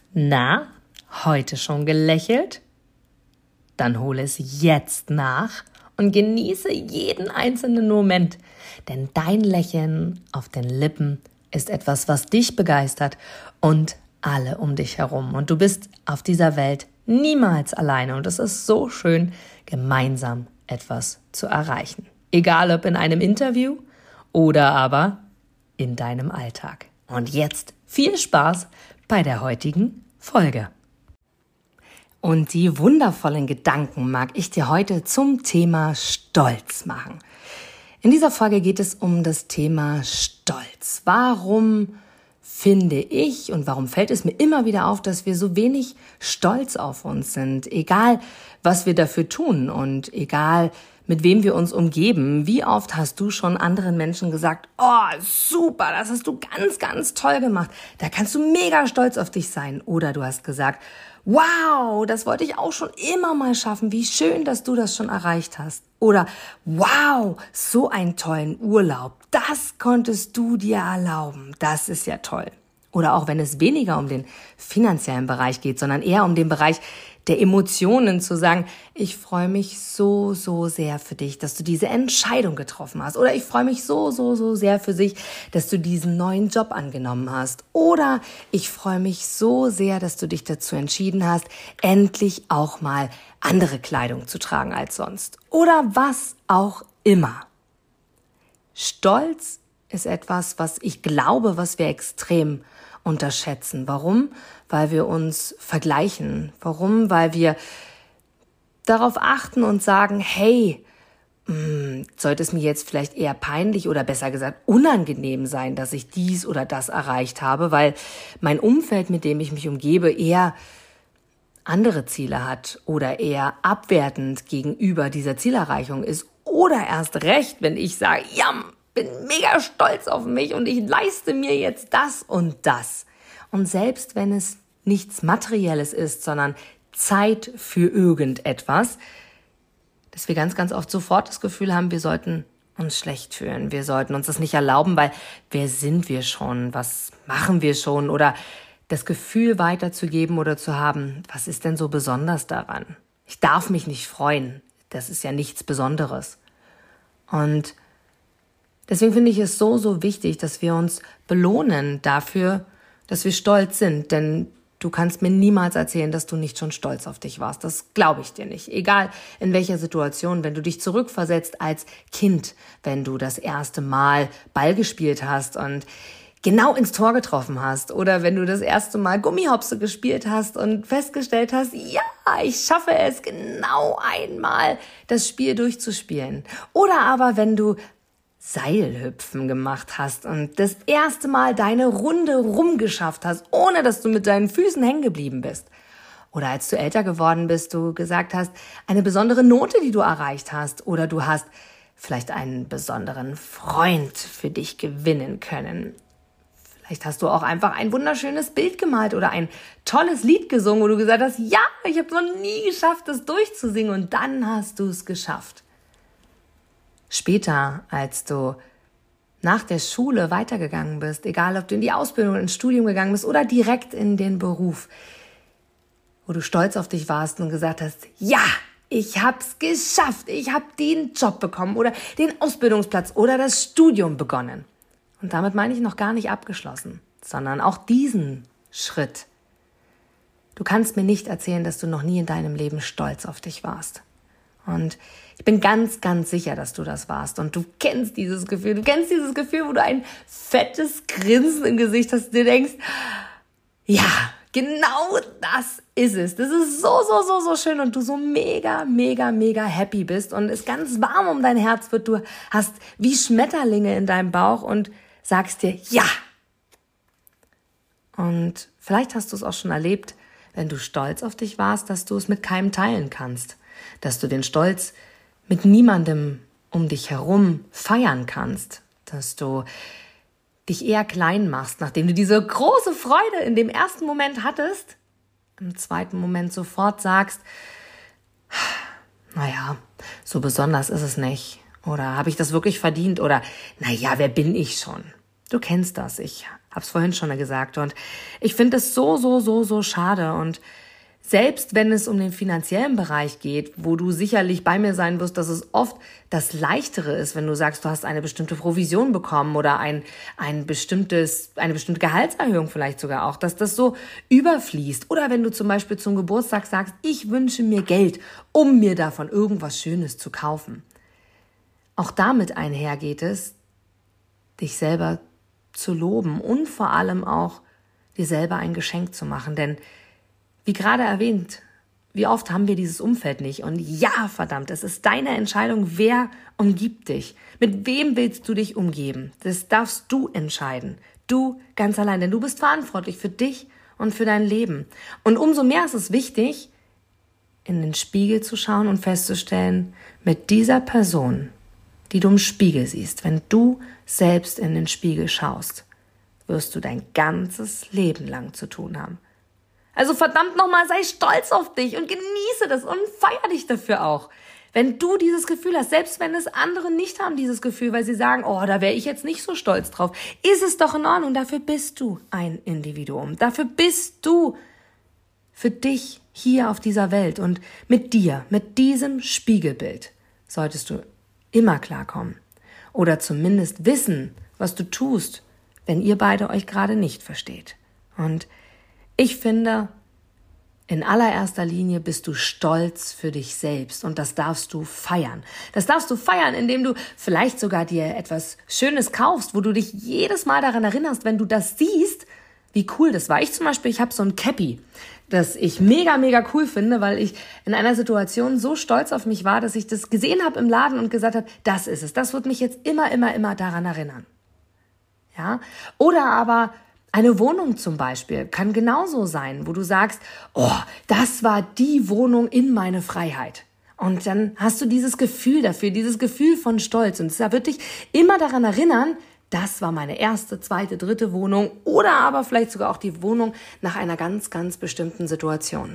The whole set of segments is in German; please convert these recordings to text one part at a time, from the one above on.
Na, heute schon gelächelt? Dann hole es jetzt nach und genieße jeden einzelnen Moment, denn dein Lächeln auf den Lippen ist etwas, was dich begeistert und alle um dich herum. Und du bist auf dieser Welt niemals alleine und es ist so schön, gemeinsam etwas zu erreichen. Egal ob in einem Interview oder aber in deinem Alltag. Und jetzt viel Spaß bei der heutigen Folge. Und die wundervollen Gedanken mag ich dir heute zum Thema Stolz machen. In dieser Folge geht es um das Thema Stolz. Warum finde ich und warum fällt es mir immer wieder auf, dass wir so wenig stolz auf uns sind, egal was wir dafür tun und egal mit wem wir uns umgeben. Wie oft hast du schon anderen Menschen gesagt, oh, super, das hast du ganz, ganz toll gemacht. Da kannst du mega stolz auf dich sein. Oder du hast gesagt, wow, das wollte ich auch schon immer mal schaffen. Wie schön, dass du das schon erreicht hast. Oder wow, so einen tollen Urlaub. Das konntest du dir erlauben. Das ist ja toll. Oder auch wenn es weniger um den finanziellen Bereich geht, sondern eher um den Bereich der Emotionen, zu sagen, ich freue mich so, so sehr für dich, dass du diese Entscheidung getroffen hast. Oder ich freue mich so, so, so sehr für dich, dass du diesen neuen Job angenommen hast. Oder ich freue mich so sehr, dass du dich dazu entschieden hast, endlich auch mal andere Kleidung zu tragen als sonst. Oder was auch immer. Stolz ist etwas, was ich glaube, was wir extrem unterschätzen. Warum? Weil wir uns vergleichen. Warum? Weil wir darauf achten und sagen, hey, sollte es mir jetzt vielleicht eher peinlich oder besser gesagt unangenehm sein, dass ich dies oder das erreicht habe, weil mein Umfeld, mit dem ich mich umgebe, eher andere Ziele hat oder eher abwertend gegenüber dieser Zielerreichung ist. Oder erst recht, wenn ich sage, ja, bin mega stolz auf mich und ich leiste mir jetzt das und das. Und selbst wenn es nichts Materielles ist, sondern Zeit für irgendetwas, dass wir ganz, ganz oft sofort das Gefühl haben, wir sollten uns schlecht fühlen. Wir sollten uns das nicht erlauben, weil wer sind wir schon? Was machen wir schon? Oder das Gefühl weiterzugeben oder zu haben, was ist denn so besonders daran? Ich darf mich nicht freuen. Das ist ja nichts Besonderes. Und deswegen finde ich es so, so wichtig, dass wir uns belohnen dafür, dass wir stolz sind. Denn du kannst mir niemals erzählen, dass du nicht schon stolz auf dich warst. Das glaube ich dir nicht. Egal in welcher Situation, wenn du dich zurückversetzt als Kind, wenn du das erste Mal Ball gespielt hast und genau ins Tor getroffen hast. Oder wenn du das erste Mal Gummihopse gespielt hast und festgestellt hast, ja, ich schaffe es, genau einmal das Spiel durchzuspielen. Oder aber wenn du Seilhüpfen gemacht hast und das erste Mal deine Runde rumgeschafft hast, ohne dass du mit deinen Füßen hängen geblieben bist. Oder als du älter geworden bist, du gesagt hast, eine besondere Note, die du erreicht hast. Oder du hast vielleicht einen besonderen Freund für dich gewinnen können. Vielleicht hast du auch einfach ein wunderschönes Bild gemalt oder ein tolles Lied gesungen, wo du gesagt hast, ja, ich habe noch nie geschafft, das durchzusingen und dann hast du es geschafft. Später, als du nach der Schule weitergegangen bist, egal ob du in die Ausbildung, ins Studium gegangen bist oder direkt in den Beruf, wo du stolz auf dich warst und gesagt hast, ja, ich hab's geschafft, ich habe den Job bekommen oder den Ausbildungsplatz oder das Studium begonnen. Und damit meine ich noch gar nicht abgeschlossen, sondern auch diesen Schritt. Du kannst mir nicht erzählen, dass du noch nie in deinem Leben stolz auf dich warst. Und ich bin ganz, ganz sicher, dass du das warst. Und du kennst dieses Gefühl. Du kennst dieses Gefühl, wo du ein fettes Grinsen im Gesicht hast und dir denkst, ja, genau das ist es. Das ist so, so, so, so schön und du so mega, mega, mega happy bist und es ganz warm um dein Herz wird. Du hast wie Schmetterlinge in deinem Bauch und sagst dir, ja. Und vielleicht hast du es auch schon erlebt, wenn du stolz auf dich warst, dass du es mit keinem teilen kannst. Dass du den Stolz mit niemandem um dich herum feiern kannst. Dass du dich eher klein machst, nachdem du diese große Freude in dem ersten Moment hattest, im zweiten Moment sofort sagst, naja, so besonders ist es nicht. Oder habe ich das wirklich verdient? Oder, naja, wer bin ich schon? Du kennst das. Ich Hab's vorhin schon gesagt. Und ich finde es so schade. Und selbst wenn es um den finanziellen Bereich geht, wo du sicherlich bei mir sein wirst, dass es oft das Leichtere ist, wenn du sagst, du hast eine bestimmte Provision bekommen oder eine bestimmte Gehaltserhöhung vielleicht sogar auch, dass das so überfließt. Oder wenn du zum Beispiel zum Geburtstag sagst, ich wünsche mir Geld, um mir davon irgendwas Schönes zu kaufen. Auch damit einher geht es, dich selber zu loben und vor allem auch dir selber ein Geschenk zu machen. Denn wie gerade erwähnt, wie oft haben wir dieses Umfeld nicht? Und ja, verdammt, es ist deine Entscheidung, wer umgibt dich. Mit wem willst du dich umgeben? Das darfst du entscheiden. Du ganz allein, denn du bist verantwortlich für dich und für dein Leben. Und umso mehr ist es wichtig, in den Spiegel zu schauen und festzustellen, mit dieser Person, die du im Spiegel siehst, wenn du selbst in den Spiegel schaust, wirst du dein ganzes Leben lang zu tun haben. Also verdammt nochmal, sei stolz auf dich und genieße das und feier dich dafür auch. Wenn du dieses Gefühl hast, selbst wenn es andere nicht haben, dieses Gefühl, weil sie sagen, oh, da wäre ich jetzt nicht so stolz drauf, ist es doch in Ordnung. Dafür bist du ein Individuum. Dafür bist du für dich hier auf dieser Welt. Und mit dir, mit diesem Spiegelbild, solltest du immer klarkommen. Oder zumindest wissen, was du tust, wenn ihr beide euch gerade nicht versteht. Und ich finde, in allererster Linie bist du stolz für dich selbst und das darfst du feiern. Das darfst du feiern, indem du vielleicht sogar dir etwas Schönes kaufst, wo du dich jedes Mal daran erinnerst, wenn du das siehst, wie cool das war. Ich zum Beispiel, ich habe so ein Cappy, das ich mega cool finde, weil ich in einer Situation so stolz auf mich war, dass ich das gesehen habe im Laden und gesagt habe, das ist es. Das wird mich jetzt immer daran erinnern. Ja? Oder aber eine Wohnung zum Beispiel kann genauso sein, wo du sagst, oh, das war die Wohnung in meine Freiheit. Und dann hast du dieses Gefühl dafür, dieses Gefühl von Stolz. Und es wird dich immer daran erinnern, das war meine erste, zweite, dritte Wohnung oder aber vielleicht sogar auch die Wohnung nach einer ganz bestimmten Situation.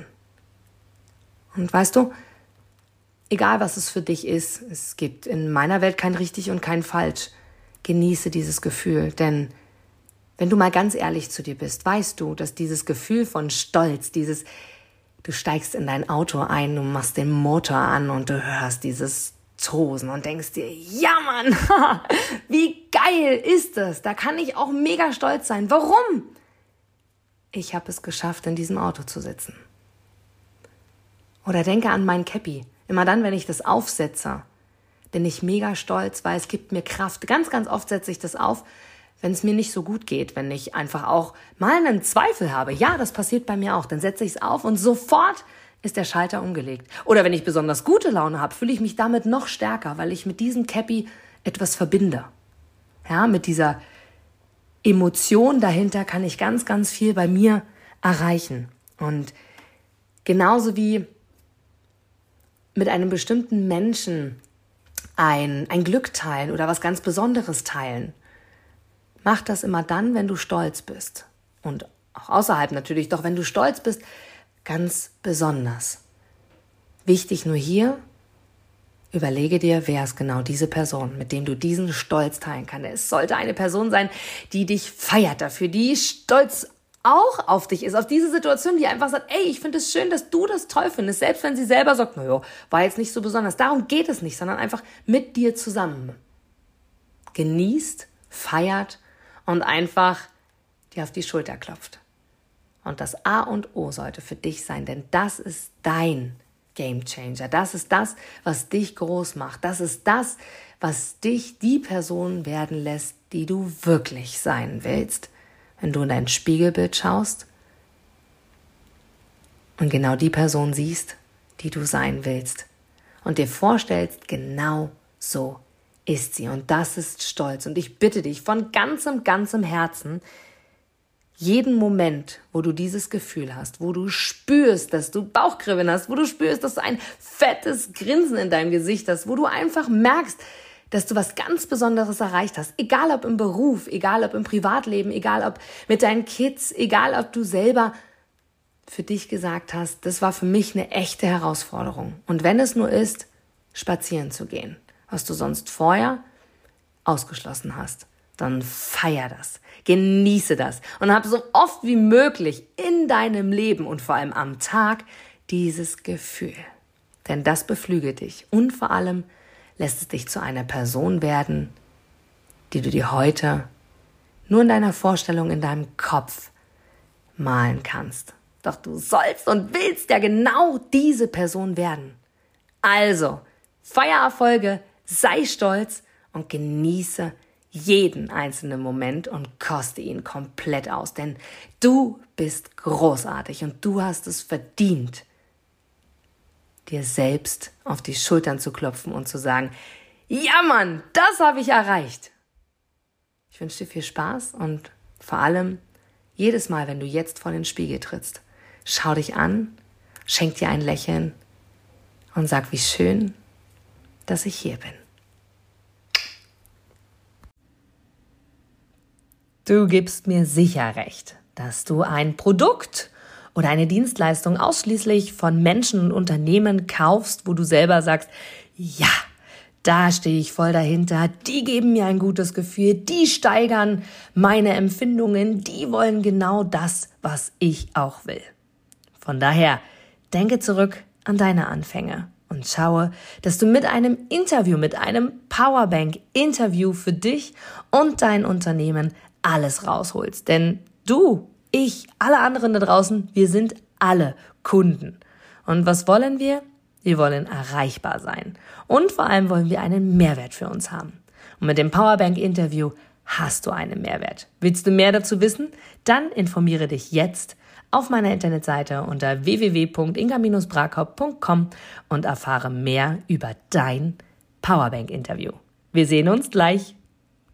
Und weißt du, egal was es für dich ist, es gibt in meiner Welt kein richtig und kein falsch. Genieße dieses Gefühl, denn wenn du mal ganz ehrlich zu dir bist, weißt du, dass dieses Gefühl von Stolz, du steigst in dein Auto ein, du machst den Motor an und du hörst dieses Tosen und denkst dir, ja Mann, wie geil ist das? Da kann ich auch mega stolz sein. Warum? Ich habe es geschafft, in diesem Auto zu sitzen. Oder denke an mein Cappy. Immer dann, wenn ich das aufsetze, bin ich mega stolz, weil es gibt mir Kraft. Ganz oft setze ich das auf, wenn es mir nicht so gut geht, wenn ich einfach auch mal einen Zweifel habe. Ja, das passiert bei mir auch. Dann setze ich es auf und sofort ist der Schalter umgelegt. Oder wenn ich besonders gute Laune habe, fühle ich mich damit noch stärker, weil ich mit diesem Cappy etwas verbinde. Ja, mit dieser Emotion dahinter kann ich ganz viel bei mir erreichen. Und genauso wie mit einem bestimmten Menschen ein Glück teilen oder was ganz Besonderes teilen, mach das immer dann, wenn du stolz bist. Und auch außerhalb natürlich, doch wenn du stolz bist, ganz besonders. Wichtig nur hier, überlege dir, wer ist genau diese Person, mit dem du diesen Stolz teilen kannst. Es sollte eine Person sein, die dich feiert dafür, die stolz auch auf dich ist, auf diese Situation, die einfach sagt, ey, ich finde es schön, dass du das toll findest, selbst wenn sie selber sagt, naja, war jetzt nicht so besonders. Darum geht es nicht, sondern einfach mit dir zusammen. Genießt, feiert und einfach dir auf die Schulter klopft. Und das A und O sollte für dich sein, denn das ist dein Gamechanger. Das ist das, was dich groß macht. Das ist das, was dich die Person werden lässt, die du wirklich sein willst. Wenn du in dein Spiegelbild schaust und genau die Person siehst, die du sein willst und dir vorstellst, genau so ist sie. Und das ist Stolz. Und ich bitte dich von ganzem Herzen, jeden Moment, wo du dieses Gefühl hast, wo du spürst, dass du Bauchkribbeln hast, wo du spürst, dass du ein fettes Grinsen in deinem Gesicht hast, wo du einfach merkst, dass du was ganz Besonderes erreicht hast. Egal ob im Beruf, egal ob im Privatleben, egal ob mit deinen Kids, egal ob du selber für dich gesagt hast, das war für mich eine echte Herausforderung. Und wenn es nur ist, spazieren zu gehen, was du sonst vorher ausgeschlossen hast. dann feier das, genieße das und hab so oft wie möglich in deinem Leben und vor allem am Tag dieses Gefühl. Denn das beflügelt dich und vor allem lässt es dich zu einer Person werden, die du dir heute nur in deiner Vorstellung, in deinem Kopf malen kannst. Doch du sollst und willst ja genau diese Person werden. Also, feier Erfolge, sei stolz und genieße jeden einzelnen Moment und koste ihn komplett aus. Denn du bist großartig und du hast es verdient, dir selbst auf die Schultern zu klopfen und zu sagen, ja Mann, das habe ich erreicht. Ich wünsche dir viel Spaß und vor allem jedes Mal, wenn du jetzt vor den Spiegel trittst, schau dich an, schenk dir ein Lächeln und sag, wie schön, dass ich hier bin. Du gibst mir sicher recht, dass du ein Produkt oder eine Dienstleistung ausschließlich von Menschen und Unternehmen kaufst, wo du selber sagst, ja, da stehe ich voll dahinter, die geben mir ein gutes Gefühl, die steigern meine Empfindungen, die wollen genau das, was ich auch will. Von daher, denke zurück an deine Anfänge und schaue, dass du mit einem Interview, mit einem Powerbank-Interview für dich und dein Unternehmen alles rausholst. Denn du, ich, alle anderen da draußen, wir sind alle Kunden. Und was wollen wir? Wir wollen erreichbar sein. Und vor allem wollen wir einen Mehrwert für uns haben. Und mit dem Powerbank-Interview hast du einen Mehrwert. Willst du mehr dazu wissen? Dann informiere dich jetzt auf meiner Internetseite unter www.inga-brakop.com und erfahre mehr über dein Powerbank-Interview. Wir sehen uns gleich.